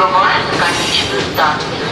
Прибываем на конечную станцию.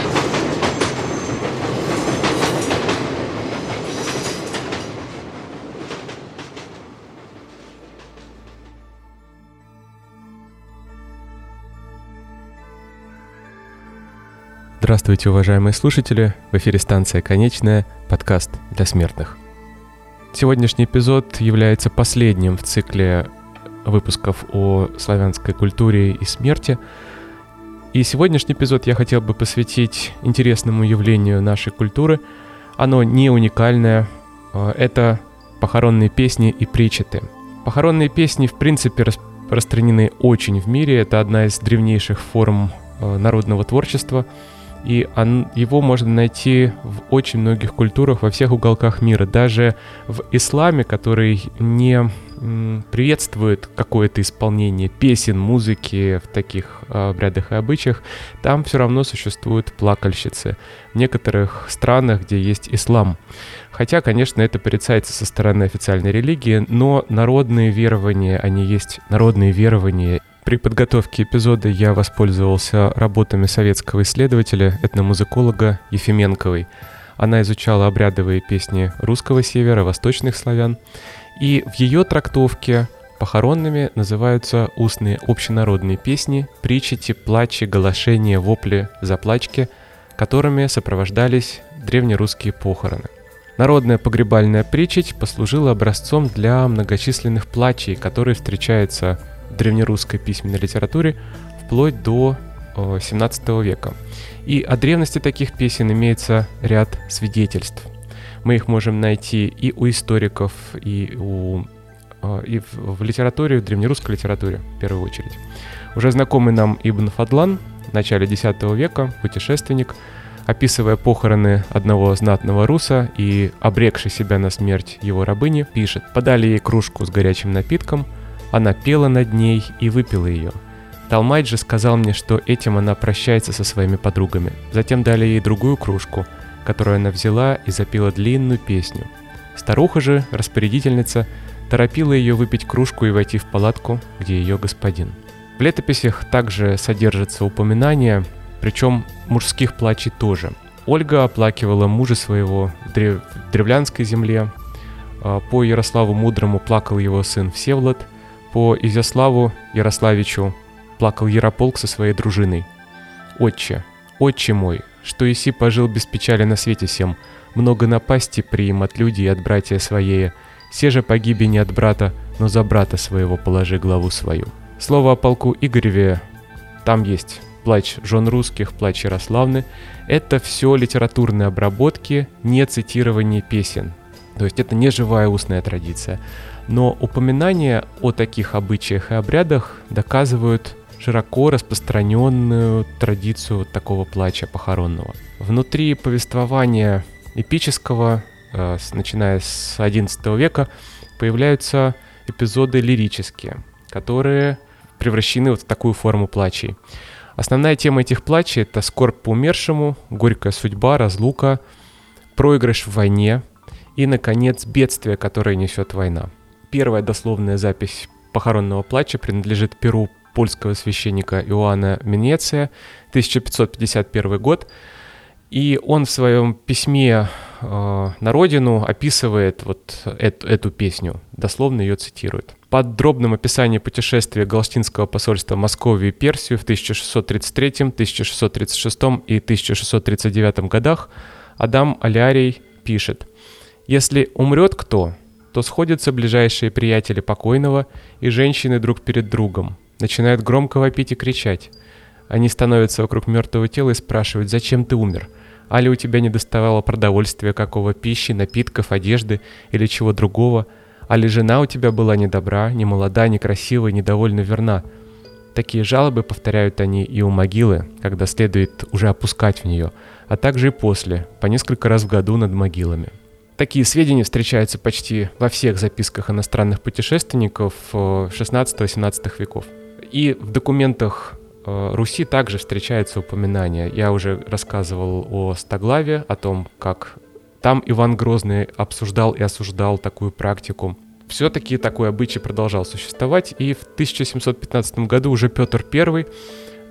Здравствуйте, уважаемые слушатели! В эфире станция «Конечная», подкаст для смертных. Сегодняшний эпизод является последним в цикле выпусков о славянской культуре и смерти. И сегодняшний эпизод я хотел бы посвятить интересному явлению нашей культуры. Оно не уникальное. Это похоронные песни и причеты. Похоронные песни, в принципе, распространены очень в мире. Это одна из древнейших форм народного творчества. И его можно найти в очень многих культурах, во всех уголках мира. Даже в исламе, который не приветствует какое-то исполнение песен, музыки в таких обрядах и обычаях, там все равно существуют плакальщицы. В некоторых странах, где есть ислам. Хотя, конечно, это порицается со стороны официальной религии, но народные верования, они есть народные верования. При подготовке эпизода я воспользовался работами советского исследователя, этномузыколога Ефименковой. Она изучала обрядовые песни русского севера, восточных славян. И в ее трактовке похоронными называются устные общенародные песни, причети, плачи, голошения, вопли, заплачки, которыми сопровождались древнерусские похороны. Народная погребальная причеть послужила образцом для многочисленных плачей, которые встречаются в древнерусской письменной литературе вплоть до XVII века. И о древности таких песен имеется ряд свидетельств. Мы их можем найти и у историков, и в литературе, в древнерусской литературе, в первую очередь. Уже знакомый нам Ибн Фадлан в начале X века, путешественник, описывая похороны одного знатного руса и обрекший себя на смерть его рабыни, пишет: «Подали ей кружку с горячим напитком, она пела над ней и выпила ее. Талмайд же сказал мне, что этим она прощается со своими подругами. Затем дали ей другую кружку, которую она взяла и запела длинную песню. Старуха же, распорядительница, торопила ее выпить кружку и войти в палатку, где ее господин». В летописях также содержатся упоминания, причем мужских плачей тоже. Ольга оплакивала мужа своего в древлянской земле, по Ярославу Мудрому плакал его сын Всеволод, по Изяславу Ярославичу плакал Ярополк со своей дружиной. «Отче, отче мой, что еси пожил без печали на свете сем, много напасти приим от людей и от братья своей, се же погиби не от брата, но за брата своего положи главу свою». Слово о полку Игореве, там есть плач жен русских, плач Ярославны. Это все литературные обработки, не цитирование песен. То есть это не живая устная традиция. Но упоминания о таких обычаях и обрядах доказывают широко распространенную традицию такого плача похоронного. Внутри повествования эпического, начиная с XI века, появляются эпизоды лирические, которые превращены в такую форму плачей. Основная тема этих плачей — это скорбь по умершему, горькая судьба, разлука, проигрыш в войне и, наконец, бедствие, которое несет война. Первая дословная запись похоронного плача принадлежит перу польского священника Иоанна Менеция, 1551 год, и он в своем письме на родину описывает вот эту песню, дословно ее цитирует. Под дробным описанием путешествия Галштинского посольства в Московию и Персию в 1633, 1636 и 1639 годах Адам Алярий пишет: «Если умрет кто, то сходятся ближайшие приятели покойного и женщины друг перед другом, начинают громко вопить и кричать. Они становятся вокруг мертвого тела и спрашивают: зачем ты умер? Али у тебя не доставало продовольствия, какого пищи, напитков, одежды или чего другого? Али жена у тебя была не добра, не молода, не красива и недовольно верна?» Такие жалобы повторяют они и у могилы, когда следует уже опускать в нее, а также и после, по несколько раз в году над могилами. Такие сведения встречаются почти во всех записках иностранных путешественников XVI-XVII веков. И в документах Руси также встречаются упоминания. Я уже рассказывал о Стоглаве, о том, как там Иван Грозный обсуждал и осуждал такую практику. Все-таки такой обычай продолжал существовать, и в 1715 году уже Петр I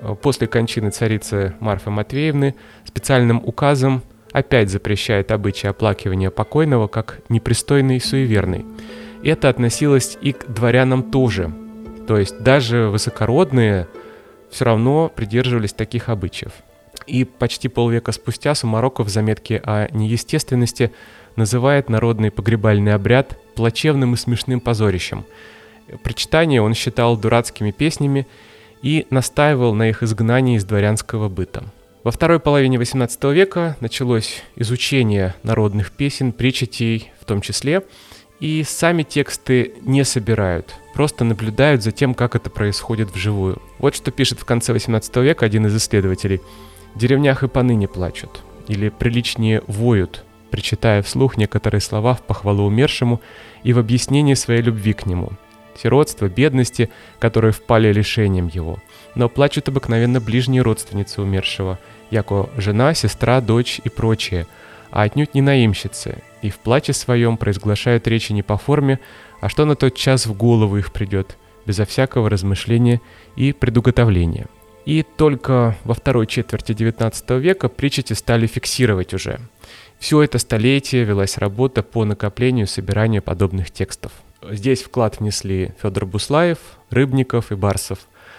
после кончины царицы Марфы Матвеевны специальным указом опять запрещает обычай оплакивания покойного как непристойный и суеверный. Это относилось и к дворянам тоже. То есть даже высокородные все равно придерживались таких обычаев. И почти полвека спустя Сумароков в заметке о неестественности называет народный погребальный обряд плачевным и смешным позорищем. Причитания он считал дурацкими песнями и настаивал на их изгнании из дворянского быта. Во второй половине XVIII века началось изучение народных песен, причетей в том числе, и сами тексты не собирают, просто наблюдают за тем, как это происходит вживую. Вот что пишет в конце XVIII века один из исследователей. «В деревнях и поныне плачут, или приличнее воют, причитая вслух некоторые слова в похвалу умершему и в объяснении своей любви к нему, сиротства, бедности, которые впали лишением его. Но плачут обыкновенно ближние родственницы умершего, яко жена, сестра, дочь и прочее, а отнюдь не наимщицы, и в плаче своем произглашают речи не по форме, а что на тот час в голову их придет, безо всякого размышления и предуготовления». И только во второй четверти XIX века причети стали фиксировать уже. Все это столетие велась работа по накоплению и собиранию подобных текстов. Здесь вклад внесли Федор Буслаев, Рыбников и Барсов.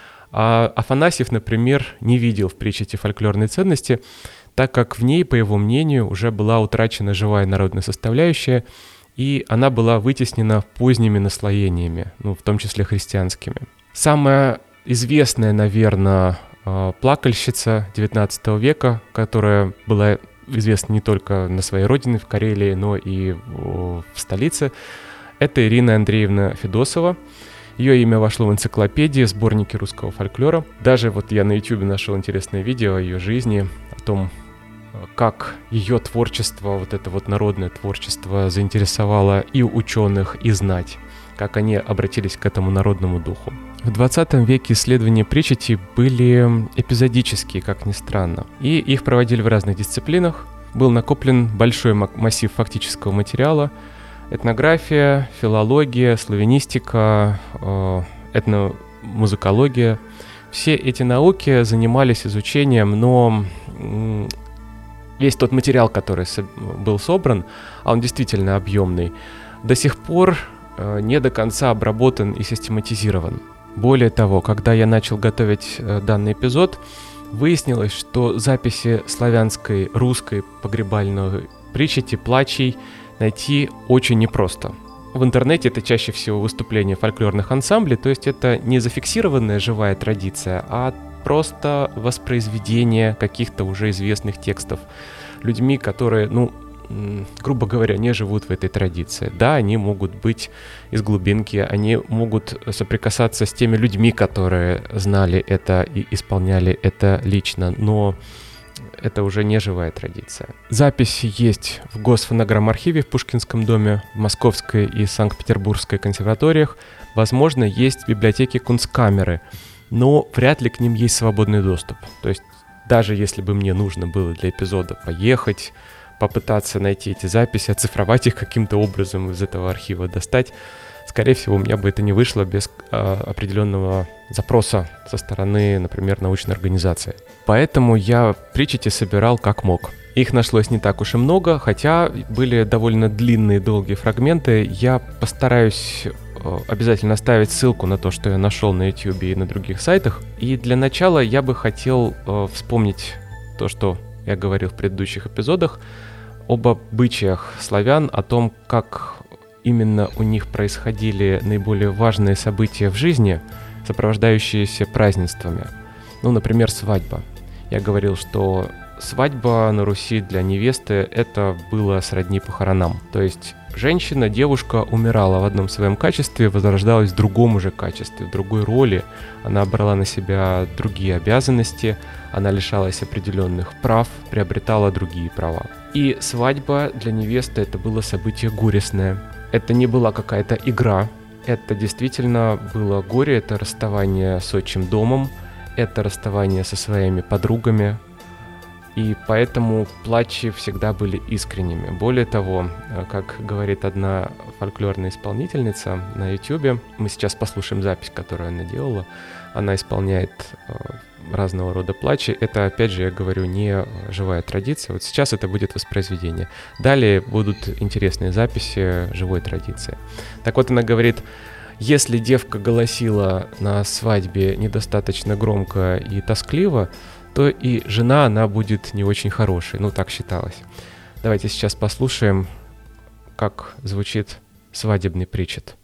А Афанасьев, например, не видел в причете фольклорной ценности, так как в ней, по его мнению, уже была утрачена живая народная составляющая, и она была вытеснена поздними наслоениями, в том числе христианскими. Самая известная, наверное, плакальщица XIX века, которая была известна не только на своей родине, в Карелии, но и в столице, это Ирина Андреевна Федосова. Ее имя вошло в энциклопедии, сборники русского фольклора. Даже вот я на YouTube нашел интересное видео о ее жизни, о том, как ее творчество, вот это вот народное творчество заинтересовало и ученых, и знать, как они обратились к этому народному духу. В 20 веке исследования причети были эпизодические, как ни странно, и их проводили в разных дисциплинах. Был накоплен большой массив фактического материала: этнография, филология, славянистика, этномузыкология. Все эти науки занимались изучением, но весь тот материал, который был собран, а он действительно объемный, до сих пор не до конца обработан и систематизирован. Более того, когда я начал готовить данный эпизод, выяснилось, что записи славянской, русской погребальной причети, плачей найти очень непросто. В интернете это чаще всего выступления фольклорных ансамблей, то есть это не зафиксированная живая традиция, а просто воспроизведение каких-то уже известных текстов людьми, которые, грубо говоря, не живут в этой традиции. Да, они могут быть из глубинки, они могут соприкасаться с теми людьми, которые знали это и исполняли это лично, но это уже не живая традиция. Записи есть в Госфонограммархиве в Пушкинском доме, в Московской и Санкт-Петербургской консерваториях. Возможно, есть в библиотеке Кунсткамеры, но вряд ли к ним есть свободный доступ. То есть даже если бы мне нужно было для эпизода поехать, попытаться найти эти записи, оцифровать их каким-то образом из этого архива достать, скорее всего, у меня бы это не вышло без определенного запроса со стороны, например, научной организации. Поэтому я причети собирал как мог. Их нашлось не так уж и много, хотя были довольно длинные, долгие фрагменты. Я постараюсь обязательно оставить ссылку на то, что я нашел на YouTube и на других сайтах. И для начала я бы хотел вспомнить то, что я говорил в предыдущих эпизодах, об обычаях славян, о том, как именно у них происходили наиболее важные события в жизни, сопровождающиеся празднествами. Например, свадьба. Я говорил, что свадьба на Руси для невесты — это было сродни похоронам. То есть женщина, девушка умирала в одном своем качестве, возрождалась в другом уже качестве, в другой роли. Она брала на себя другие обязанности, она лишалась определенных прав, приобретала другие права. И свадьба для невесты — это было событие горестное. Это не была какая-то игра, это действительно было горе, это расставание с отчим домом, это расставание со своими подругами, и поэтому плачи всегда были искренними. Более того, как говорит одна фольклорная исполнительница на YouTube, мы сейчас послушаем запись, которую она делала, она исполняет разного рода плачи. Это, опять же, я говорю, не живая традиция. Вот сейчас это будет воспроизведение. Далее будут интересные записи живой традиции. Так вот, она говорит: если девка голосила на свадьбе недостаточно громко и тоскливо, то и жена она будет не очень хорошей. Ну, так считалось. Давайте сейчас послушаем, как звучит свадебный причет.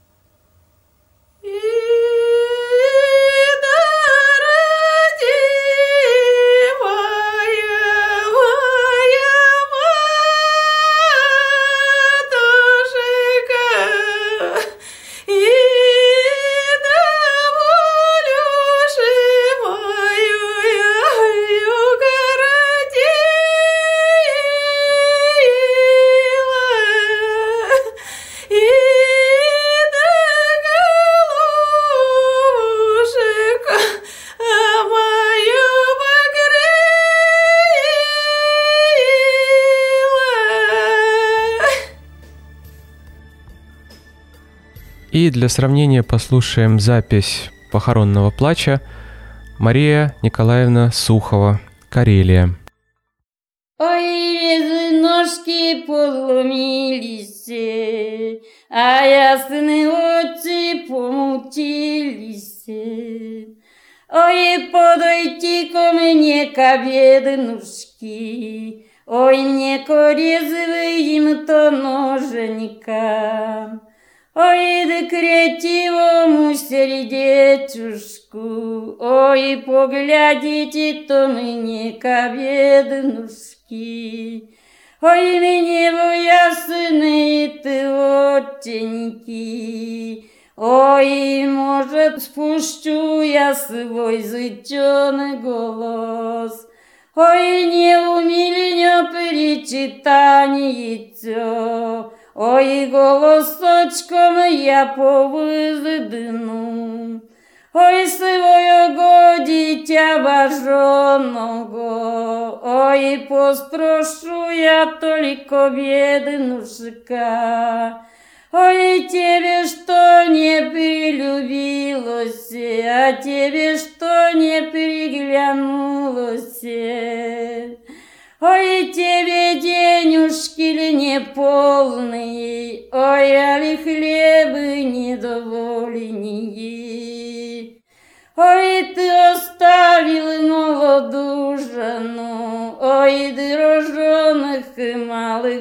И для сравнения послушаем запись похоронного плача. Мария Николаевна Сухова, Карелия. Ой, ножки подломились, а ясные очи помутились. Ой, подойти ко мне к обеднушке, ой, мне корезвым-то ноженька. Ой, да кретивому сердечушку, ой, поглядите-то мне к обеднушке. Ой, мне ясные ты отеньки, ой, может, спущу я свой зычёный голос. Ой, не умильнё причитаниецё, ой, голосочком я повыздыну. Ой, своего дитя боженого, ой, поспрошу я только беднушка. Ой, тебе что не прилюбилось, а тебе что не приглянулось? Ой, тебе денежки ли не полные, ой, али хлебы недовольные. Ой, ты оставил молодую жену, ой, дрожженых и малых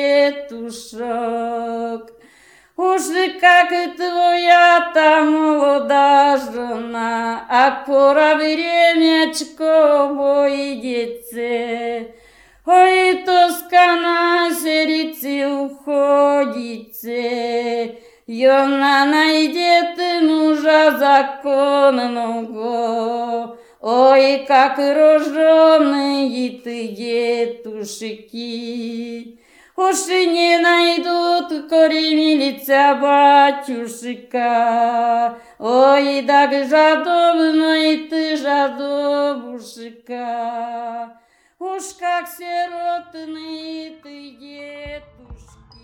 детушек. Уж как твоя-то молода жена, а пора времечко обойдется. Ой, тоска на сердце уходится, и она найдет мужа законного. Ой, как роженые ты детушки. Уж не найдут кормилица батюшка, ой, так жадобной ты жадобушка, уж как сиротные ты детушки.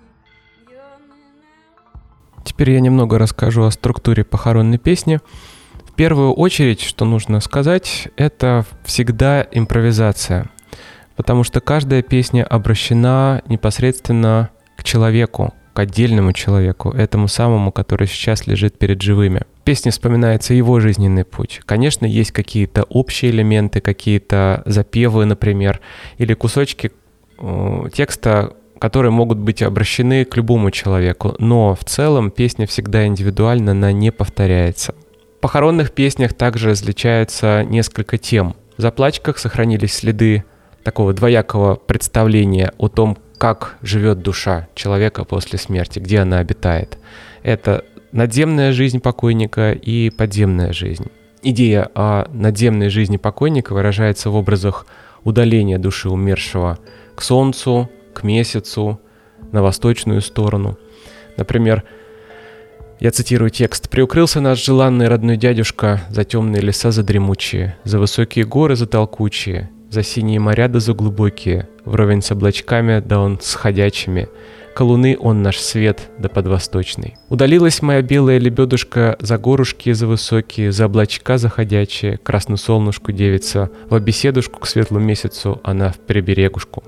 Теперь я немного расскажу о структуре похоронной песни. В первую очередь, что нужно сказать, это всегда импровизация. Потому что каждая песня обращена непосредственно к человеку, к отдельному человеку, этому самому, который сейчас лежит перед живыми. В песне вспоминается его жизненный путь. Конечно, есть какие-то общие элементы, какие-то запевы, например, или кусочки текста, которые могут быть обращены к любому человеку, но в целом песня всегда индивидуальна, она не повторяется. В похоронных песнях также различаются несколько тем. В заплачках сохранились следы такого двоякого представления о том, как живет душа человека после смерти, где она обитает. Это надземная жизнь покойника и подземная жизнь. Идея о надземной жизни покойника выражается в образах удаления души умершего к солнцу, к месяцу, на восточную сторону. Например, я цитирую текст: «Приукрылся наш желанный родной дядюшка за темные леса задремучие, за высокие горы затолкучие, за синие моря да за глубокие, вровень с облачками да он с ходячими, колуны он наш свет да подвосточный. Удалилась моя белая лебедушка за горушки за высокие, за облачка заходячие, красную солнышку девица, в беседушку к светлому месяцу она в приберегушку.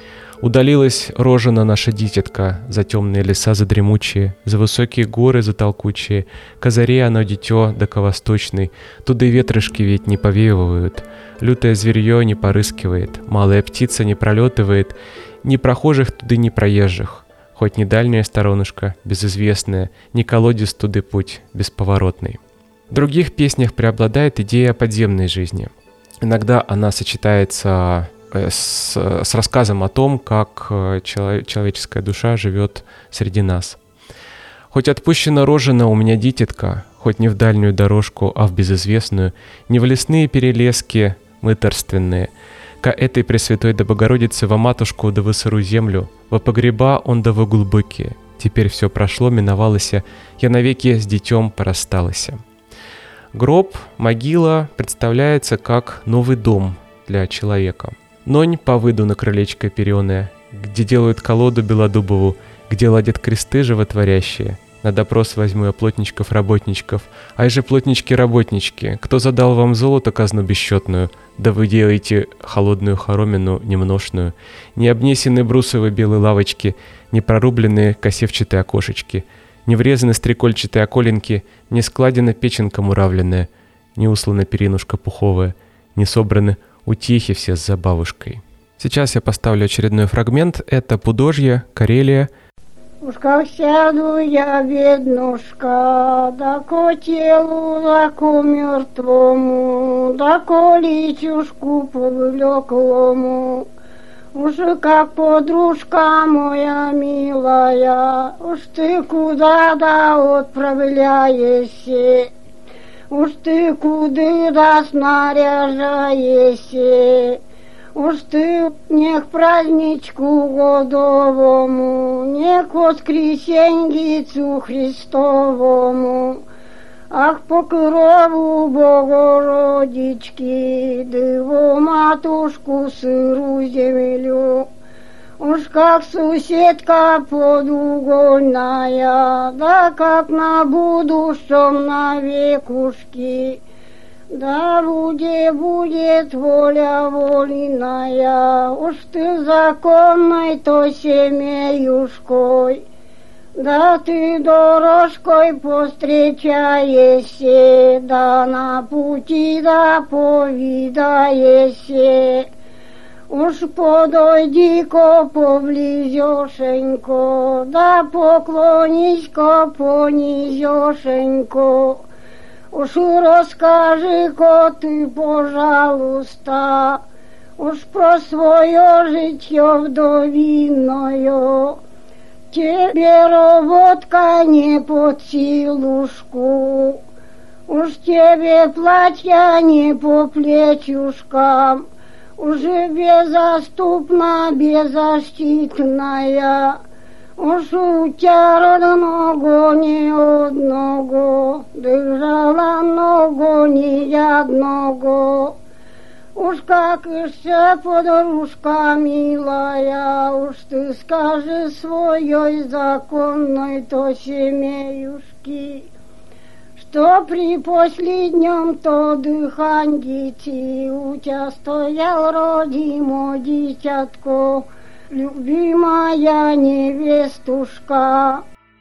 Удалилась рожена наша дитятка за темные леса задремучие, за высокие горы затолкучие, к заре оно дитё да ко восточной, туда и ветрышки ведь не повеивают, лютое зверье не порыскивает, малая птица не пролетывает, ни прохожих туды, ни проезжих. Хоть не дальняя сторонушка, безызвестная, не колодец туды путь, бесповоротный. В других песнях преобладает идея подземной жизни. Иногда она сочетается с рассказом о том, как человеческая душа живет среди нас. Хоть отпущена рожена у меня дитятка, хоть не в дальнюю дорожку, а в безызвестную, не в лесные перелески мытарственные, ко этой Пресвятой да Богородице во матушку да в сырую землю, во погреба он да во глубокие. Теперь все прошло, миновалося, я навеки с детем порасталася. Гроб, могила представляется как новый дом для человека. Нонь по выду на крылечко переное, где делают колоду белодубову, где ладят кресты животворящие. На допрос возьму я плотничков-работничков. Ай же плотнички-работнички, кто задал вам золото казну бесчетную, да вы делаете холодную хоромину немножную, не обнесены брусовые белые лавочки, не прорубленные косевчатые окошечки, не врезаны стрекольчатые околинки, не складена печенка муравленная, не услана перинушка пуховая, не собраны утехи все с забавушкой. Сейчас я поставлю очередной фрагмент. Это Пудожье, Карелия. Уж как сяду я, беднушка, да ко телу, да ко мертвому, да ко личушку повлеклому. Уж как подружка моя милая, уж ты куда да отправляешься, уж ты куда да снаряжаешься. Уж ты не к праздничку годовому, не к воскресеньицу Христовому, а к покрову Богородички, диву матушку сыру землю. Уж как соседка подугольная, да как на будущем на векушки. Да будет воля вольная, уж ты законной то семеюшкой, да ты дорожкой повстречаешься, да на пути да повидаешься. Уж подойди-ка поблизешенько, да поклонись-ка понизешенько. Уж расскажи-ка ты, пожалуйста, уж про свое житье вдовиное. Тебе работка не под силушку, уж тебе платья не по плечушкам, уже беззаступна, беззащитная. Уж у тебя родного не одного, держала ногу не одного. Уж как еще подружка милая, уж ты скажи своей законной то семеюшки, что при последнем то дыханье у тебя стоял родимо дитятко, любимая невестушка.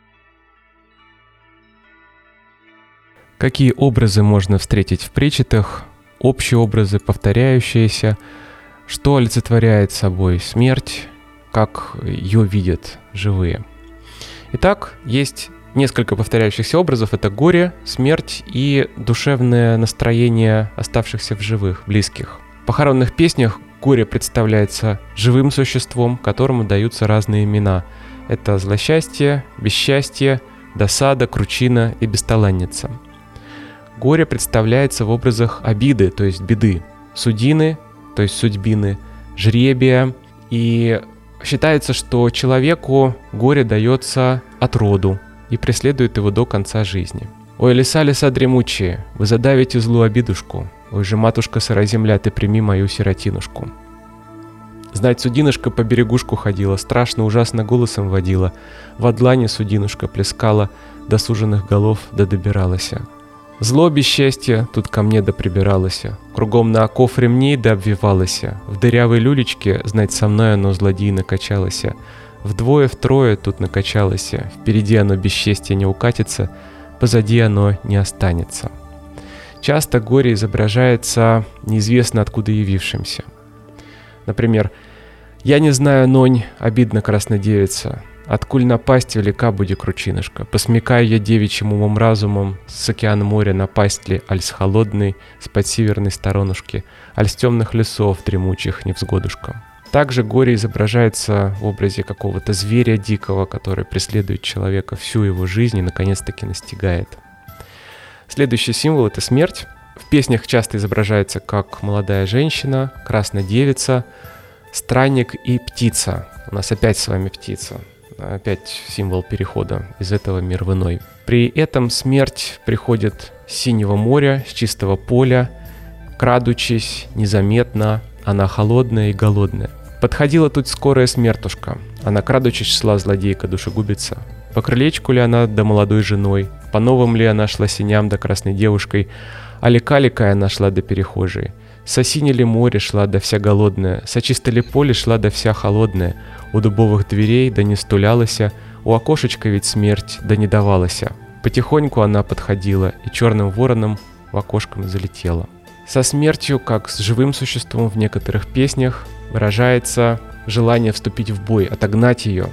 Какие образы можно встретить в притчах? Общие образы, повторяющиеся. Что олицетворяет собой смерть? Как ее видят живые? Итак, есть несколько повторяющихся образов. Это горе, смерть и душевное настроение оставшихся в живых, близких. В похоронных песнях горе представляется живым существом, которому даются разные имена. Это злосчастье, бесчастье, досада, кручина и бесталанница. Горе представляется в образах обиды, то есть беды, судины, то есть судьбины, жребия. И считается, что человеку горе дается от роду и преследует его до конца жизни. «Ой, леса, леса дремучие, вы задавите злую обидушку, Ой же, матушка сырая земля, ты прими мою сиротинушку. Знать, судинушка по берегушку ходила, страшно, ужасно голосом водила. В одлане судинушка плескала, до суженных голов добиралася. Зло без счастья тут ко мне прибиралася, кругом на оков ремней обвивалася, в дырявой люлечке, знать, со мной оно злодейно качалося, вдвое-втрое тут накачалося, впереди оно без счастья не укатится, позади оно не останется. Часто горе изображается неизвестно откуда явившимся. Например, «Я не знаю, нонь, обидно краснодевица, откуль напасть велика буди кручинушка, посмекаю я девичьим умом разумом, с океана моря напасть ли, аль с холодной, с-под северной сторонушки, аль с темных лесов дремучих невзгодушка». Также горе изображается в образе какого-то зверя дикого, который преследует человека всю его жизнь и наконец-таки настигает. Следующий символ — это смерть. В песнях часто изображается как молодая женщина, краснодевица, странник и птица. У нас опять с вами птица. Опять символ перехода из этого мира в иной. При этом смерть приходит с синего моря, с чистого поля, крадучись, незаметно, она холодная и голодная. Подходила тут скорая смертушка, она крадучись шла злодейка душегубица. По крылечку ли она да молодой женой, по новым ли она шла синям да красной девушкой, а лика-ликая она шла до перехожей. Со сине ли море шла да вся голодная, со чисто ли поле шла да вся холодная, у дубовых дверей да не стулялася, у окошечка ведь смерть да не давалася. Потихоньку она подходила и черным вороном в окошком залетела. Со смертью, как с живым существом в некоторых песнях, выражается желание вступить в бой, отогнать ее.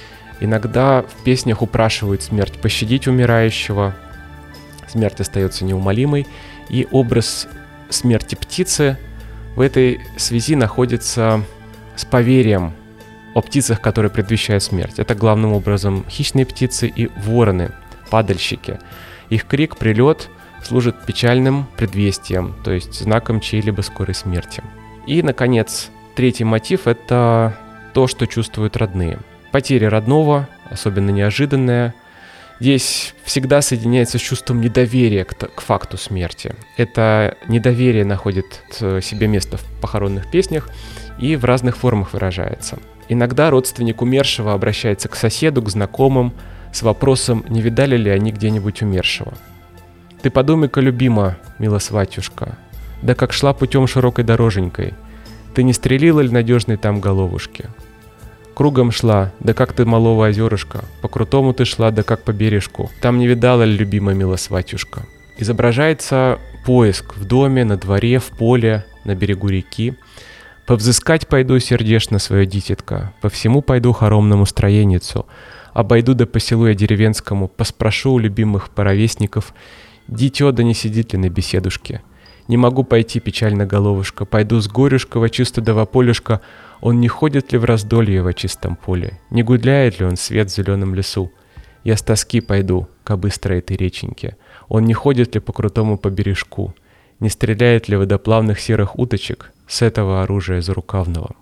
Иногда в песнях упрашивают смерть пощадить умирающего, смерть остается неумолимой, и образ смерти птицы в этой связи находится с поверьем о птицах, которые предвещают смерть. Это главным образом хищные птицы и вороны, падальщики. Их крик, прилет служит печальным предвестием, то есть знаком чьей-либо скорой смерти. И, наконец, третий мотив — это то, что чувствуют родные. Потеря родного, особенно неожиданная, здесь всегда соединяется с чувством недоверия к факту смерти. Это недоверие находит себе место в похоронных песнях и в разных формах выражается. Иногда родственник умершего обращается к соседу, к знакомым с вопросом, не видали ли они где-нибудь умершего. «Ты подумай-ка, любима, мила сватюшка, да как шла путем широкой дороженькой, ты не стрелила ли надежной там головушки? Кругом шла, да как ты малого озерышка, по крутому ты шла, да как по бережку, там не видала ли, любимая мила сватюшка». Изображается поиск в доме, на дворе, в поле, на берегу реки. «Повзыскать пойду сердечно свое дитятко, по всему пойду хоромному строеницу, обойду да по селу я деревенскому, поспрошу у любимых поровесников, дитё да не сидит ли на беседушке. Не могу пойти, печально головушка, пойду с горюшка во чисто да во полюшка, он не ходит ли в раздолье во чистом поле, не гуляет ли он свет в зеленом лесу. Я с тоски пойду ко быстрой этой реченьке, он не ходит ли по крутому побережку, не стреляет ли водоплавных серых уточек с этого оружия зарукавного».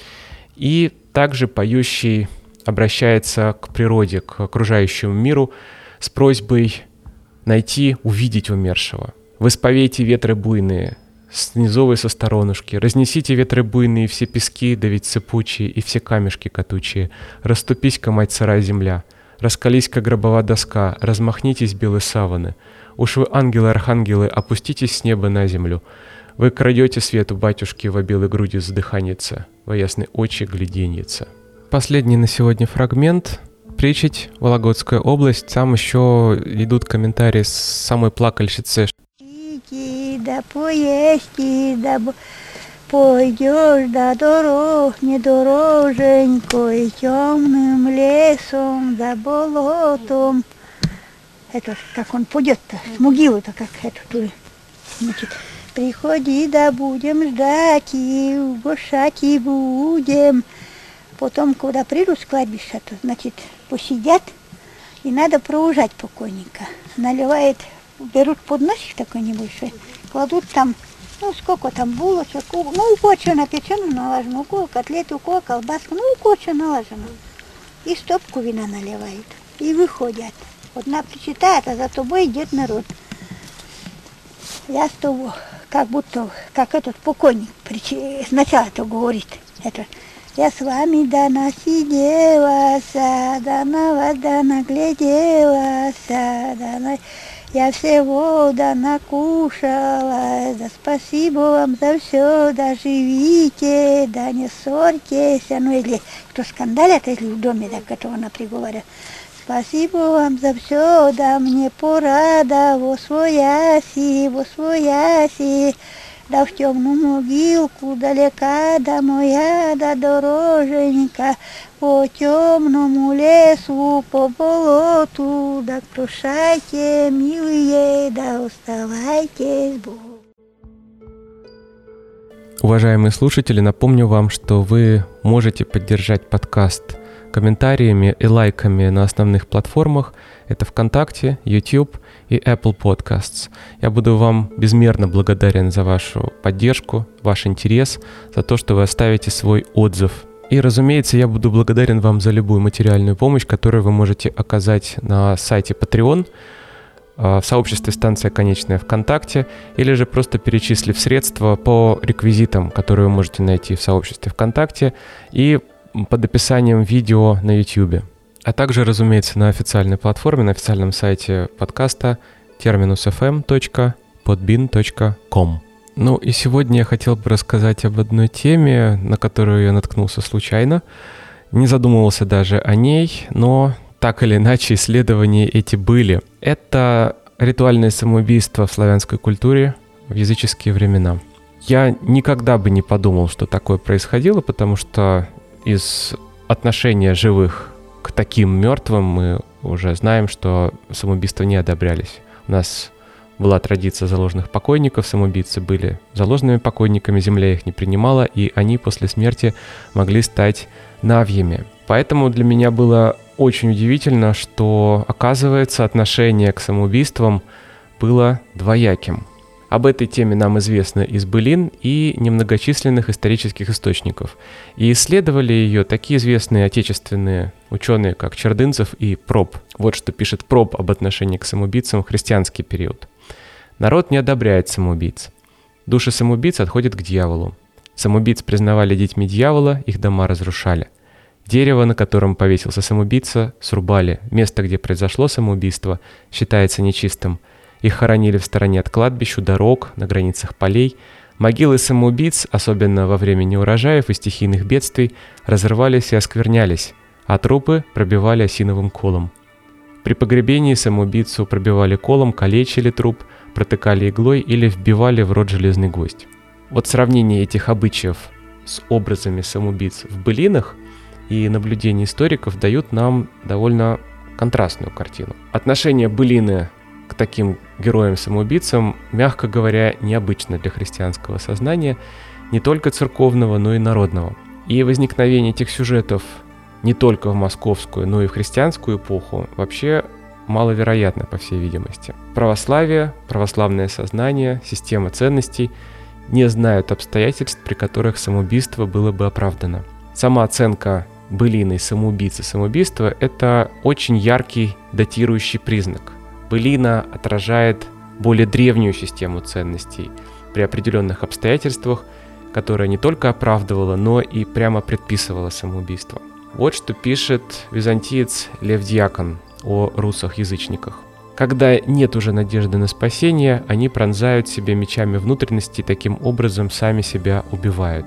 И также поющий обращается к природе, к окружающему миру с просьбой найти, увидеть умершего. «Вы сповейте ветры буйные, с низовой со сторонушки, разнесите ветры буйные все пески, да ведь сыпучие, и все камешки катучие, расступись-ка, мать сырая земля, раскались-ка гробова доска, размахнитесь, белые саваны, уж вы, ангелы-архангелы, опуститесь с неба на землю, вы крадете свету батюшки во белой груди задыханица, во ясной очи гляденьица». Последний на сегодня фрагмент. Причить, Вологодская область. Там еще идут комментарии с самой плакальщицы. Иди да поесть, да пойдешь да дорог недороженькой, темным лесом да болотом. Это как он пойдет-то, с могилы-то как это тут. Значит, приходи да будем ждать, и угощать и будем. Потом, когда придут с кладбища, то, значит, посидят, и надо провожать покойника. Наливает, берут подносик такой небольшой, кладут там, ну, сколько там булочек, ну, у кого что напечено налажено, у кого котлеты, у кого колбаска, ну, у кого что налажено. И стопку вина наливают, и выходят. Одна причитает, а за тобой идет народ. Я с того как будто, как этот покойник сначала-то говорит. Это я с вами да насиделась, да на вас да нагляделась, я всего да накушалась, да спасибо вам за все, да живите, да не ссорьтесь. Ну или кто скандалит, если в доме, так это она приговорит. Спасибо вам за все, да мне пора, да восвояси, да в темную могилку далека, да моя, да дороженька, по темному лесу, по болоту, да прощайте, милые, да оставайтесь, Бог. Уважаемые слушатели, напомню вам, что вы можете поддержать подкаст комментариями и лайками на основных платформах. Это ВКонтакте, YouTube и Apple Podcasts. Я буду вам безмерно благодарен за вашу поддержку, ваш интерес, за то, что вы оставите свой отзыв. И, разумеется, я буду благодарен вам за любую материальную помощь, которую вы можете оказать на сайте Patreon, в сообществе «Станция Конечная» ВКонтакте, или же просто перечислив средства по реквизитам, которые вы можете найти в сообществе ВКонтакте и под описанием видео на YouTube. А также, разумеется, на официальной платформе, на официальном сайте подкаста terminusfm.podbean.com. Ну и сегодня я хотел бы рассказать об одной теме, на которую я наткнулся случайно. Не задумывался даже о ней, но так или иначе исследования эти были. Это ритуальное самоубийство в славянской культуре в языческие времена. Я никогда бы не подумал, что такое происходило, потому что из отношения живых к таким мертвым мы уже знаем, что самоубийства не одобрялись. У нас была традиция заложенных покойников, самоубийцы были заложенными покойниками, земля их не принимала, и они после смерти могли стать навьями. Поэтому для меня было очень удивительно, что, оказывается, отношение к самоубийствам было двояким. Об этой теме нам известно из былин и немногочисленных исторических источников. И исследовали ее такие известные отечественные ученые, как Чердынцев и Проб. Вот что пишет Проб об отношении к самоубийцам в христианский период. «Народ не одобряет самоубийц. Души самоубийц отходят к дьяволу. Самоубийц признавали детьми дьявола, их дома разрушали. Дерево, на котором повесился самоубийца, срубали. Место, где произошло самоубийство, считается нечистым. Их хоронили в стороне от кладбищ, у дорог, на границах полей. Могилы самоубийц, особенно во время неурожаев и стихийных бедствий, разрывались и осквернялись, а трупы пробивали осиновым колом. При погребении самоубийцу пробивали колом, калечили труп, протыкали иглой или вбивали в рот железный гвоздь». Вот сравнение этих обычаев с образами самоубийц в былинах и наблюдения историков дают нам довольно контрастную картину. Отношение былины к таким героям-самоубийцам, мягко говоря, необычно для христианского сознания, не только церковного, но и народного. И возникновение этих сюжетов не только в московскую, но и в христианскую эпоху вообще маловероятно, по всей видимости. Православие, православное сознание, система ценностей не знают обстоятельств, при которых самоубийство было бы оправдано. Сама оценка былиной самоубийцы самоубийства – это очень яркий датирующий признак. Былина отражает более древнюю систему ценностей при определенных обстоятельствах, которая не только оправдывала, но и прямо предписывала самоубийство. Вот что пишет византиец Лев Дьякон о русах-язычниках. «Когда нет уже надежды на спасение, они пронзают себе мечами внутренности и таким образом сами себя убивают».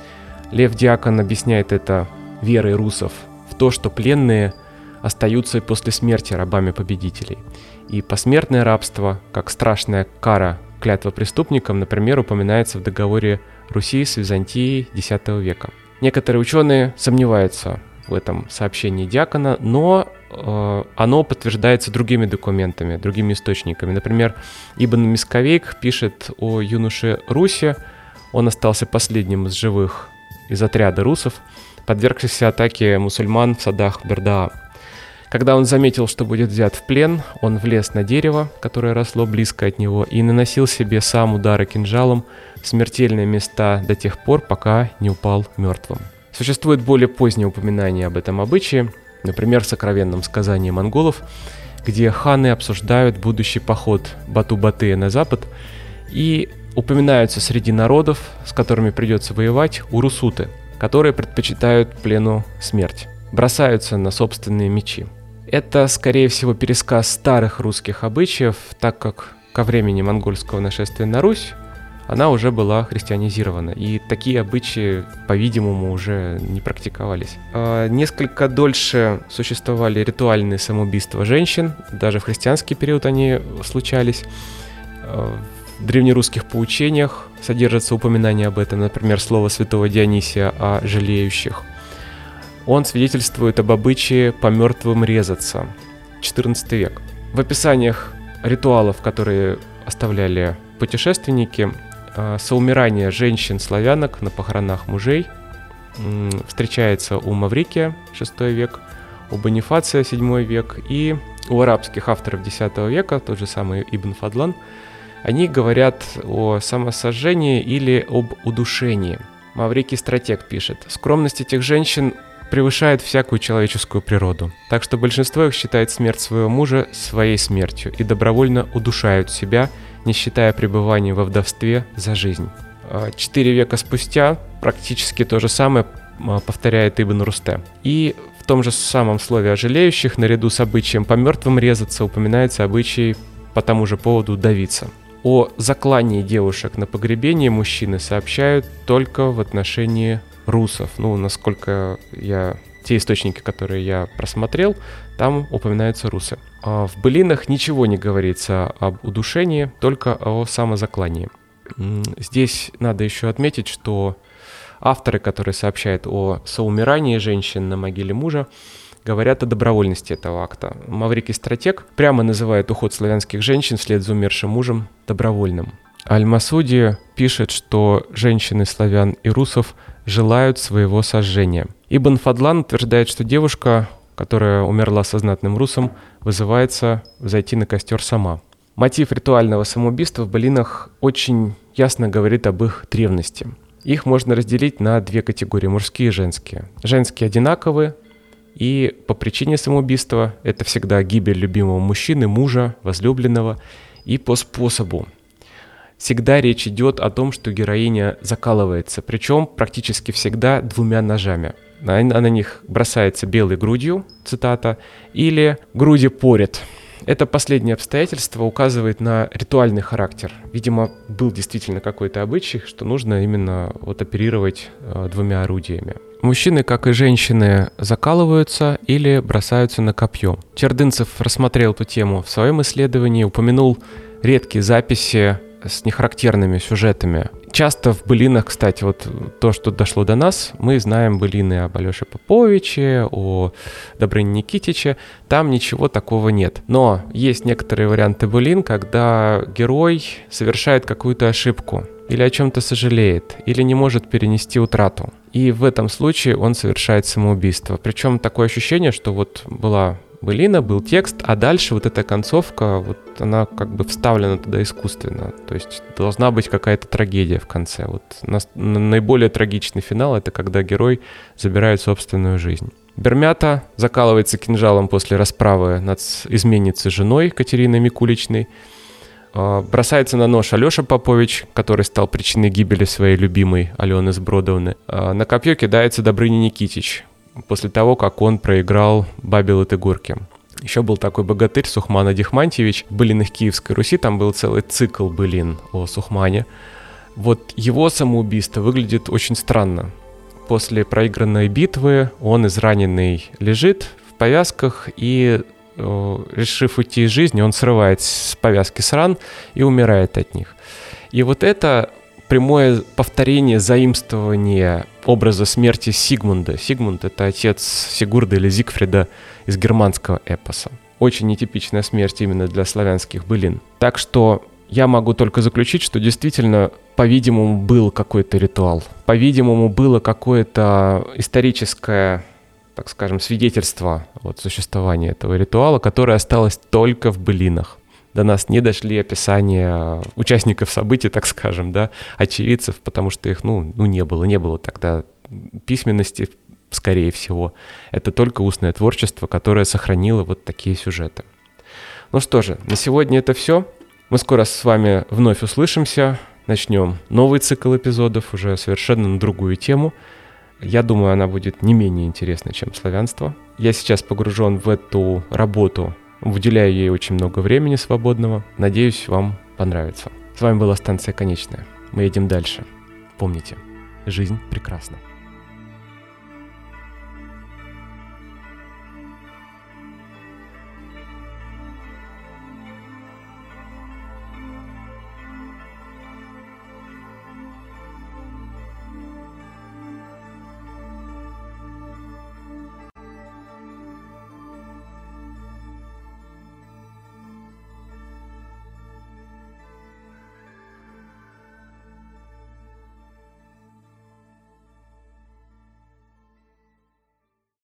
Лев Дьякон объясняет это верой русов в то, что пленные остаются и после смерти рабами победителей. И посмертное рабство, как страшная кара, клятва преступникам, например, упоминается в договоре Руси с Византией X века. Некоторые ученые сомневаются в этом сообщении Дьякона, но оно подтверждается другими документами, другими источниками. Например, Ибн Мисковейк пишет о юноше Русе. Он остался последним из живых из отряда русов, подвергшихся атаке мусульман в садах Бердаа. Когда он заметил, что будет взят в плен, он влез на дерево, которое росло близко от него, и наносил себе сам удары кинжалом в смертельные места до тех пор, пока не упал мертвым. Существует более позднее упоминание об этом обычае, например, в сокровенном сказании монголов, где ханы обсуждают будущий поход Бату-Батыя на запад, и Упоминаются среди народов, с которыми придется воевать, урусуты, которые предпочитают плену смерть, бросаются на собственные мечи. Это, скорее всего, пересказ старых русских обычаев, так как ко времени монгольского нашествия на Русь она уже была христианизирована, и такие обычаи, по-видимому, уже не практиковались. Несколько дольше существовали ритуальные самоубийства женщин, даже в христианский период они случались. В древнерусских поучениях содержится упоминание об этом, например, слово святого Дионисия о жалеющих. Он свидетельствует об обычае по мертвым резаться, XIV век. В описаниях ритуалов, которые оставляли путешественники, соумирание женщин-славянок на похоронах мужей встречается у Маврикия, VI век, у Бонифация, VII век, и у арабских авторов X века, тот же самый Ибн Фадлан, они говорят о самосожжении или об удушении. Маврикий Стратег пишет: «Скромность этих женщин превышает всякую человеческую природу, так что большинство их считает смерть своего мужа своей смертью и добровольно удушают себя, не считая пребывания во вдовстве за жизнь». 4 века спустя практически то же самое повторяет Ибн Русте. И в том же самом слове о жалеющих, наряду с обычаем по мертвым резаться, упоминается обычай по тому же поводу давиться. О заклании девушек на погребение мужчины сообщают только в отношении русов. Насколько те источники, которые я просмотрел, там упоминаются русы. А в былинах ничего не говорится об удушении, только о самозаклании. Здесь надо еще отметить, что авторы, которые сообщают о соумирании женщин на могиле мужа, говорят о добровольности этого акта. Маврикий Стратег прямо называет уход славянских женщин вслед за умершим мужем добровольным. Аль-Масуди пишет, что женщины славян и русов желают своего сожжения. Ибн Фадлан утверждает, что девушка, которая умерла со знатным русом, вызывается взойти на костер сама. Мотив ритуального самоубийства в былинах очень ясно говорит об их древности. Их можно разделить на 2 категории – мужские и женские. Женские одинаковые, и по причине самоубийства это всегда гибель любимого мужчины, мужа, возлюбленного, и по способу. Всегда речь идет о том, что героиня закалывается, причем практически всегда 2 ножами. Она на них бросается белой грудью, цитата, или груди порет. Это последнее обстоятельство указывает на ритуальный характер. Видимо, был действительно какой-то обычай, что нужно именно оперировать 2 орудиями. Мужчины, как и женщины, закалываются или бросаются на копье. Чердынцев рассмотрел эту тему в своем исследовании, упомянул редкие записи с нехарактерными сюжетами. Часто в былинах, кстати, то, что дошло до нас, мы знаем былины об Алёше Поповиче, о Добрыне Никитиче, там ничего такого нет. Но есть некоторые варианты былин, когда герой совершает какую-то ошибку, или о чем-то сожалеет, или не может перенести утрату. И в этом случае он совершает самоубийство. Причем такое ощущение, что была былина, был текст, а дальше эта концовка, она как бы вставлена туда искусственно. То есть должна быть какая-то трагедия в конце. Наиболее трагичный финал — это когда герой забирает собственную жизнь. Бермята закалывается кинжалом после расправы над изменницей женой Катериной Микуличной. Бросается на нож Алёша Попович, который стал причиной гибели своей любимой Алены Сбродовны. На копье кидается Добрыня Никитич после того, как он проиграл бабе Латыгорке. Еще был такой богатырь Сухман Адихмантьевич в былинах Киевской Руси, там был целый цикл былин о Сухмане. Его самоубийство выглядит очень странно. После проигранной битвы он израненный лежит в повязках и, решив уйти из жизни, он срывает с повязки с ран и умирает от них. И это прямое повторение, заимствование образа смерти Сигмунда. Сигмунд — это отец Сигурда или Зигфрида из германского эпоса. Очень нетипичная смерть именно для славянских былин. Так что я могу только заключить, что действительно, по-видимому, был какой-то ритуал. По-видимому, было какое-то историческое, так скажем, свидетельство существования этого ритуала, которое осталось только в былинах. До нас не дошли описания участников событий, так скажем, очевидцев, потому что их, не было тогда письменности, скорее всего. Это только устное творчество, которое сохранило такие сюжеты. Ну что же, на сегодня это все. Мы скоро с вами вновь услышимся. начнем новый цикл эпизодов, уже совершенно на другую тему. Я думаю, она будет не менее интересной, чем славянство. Я сейчас погружен в эту работу, уделяю ей очень много времени свободного. Надеюсь, вам понравится. С вами была станция «Конечная». Мы едем дальше. Помните, жизнь прекрасна.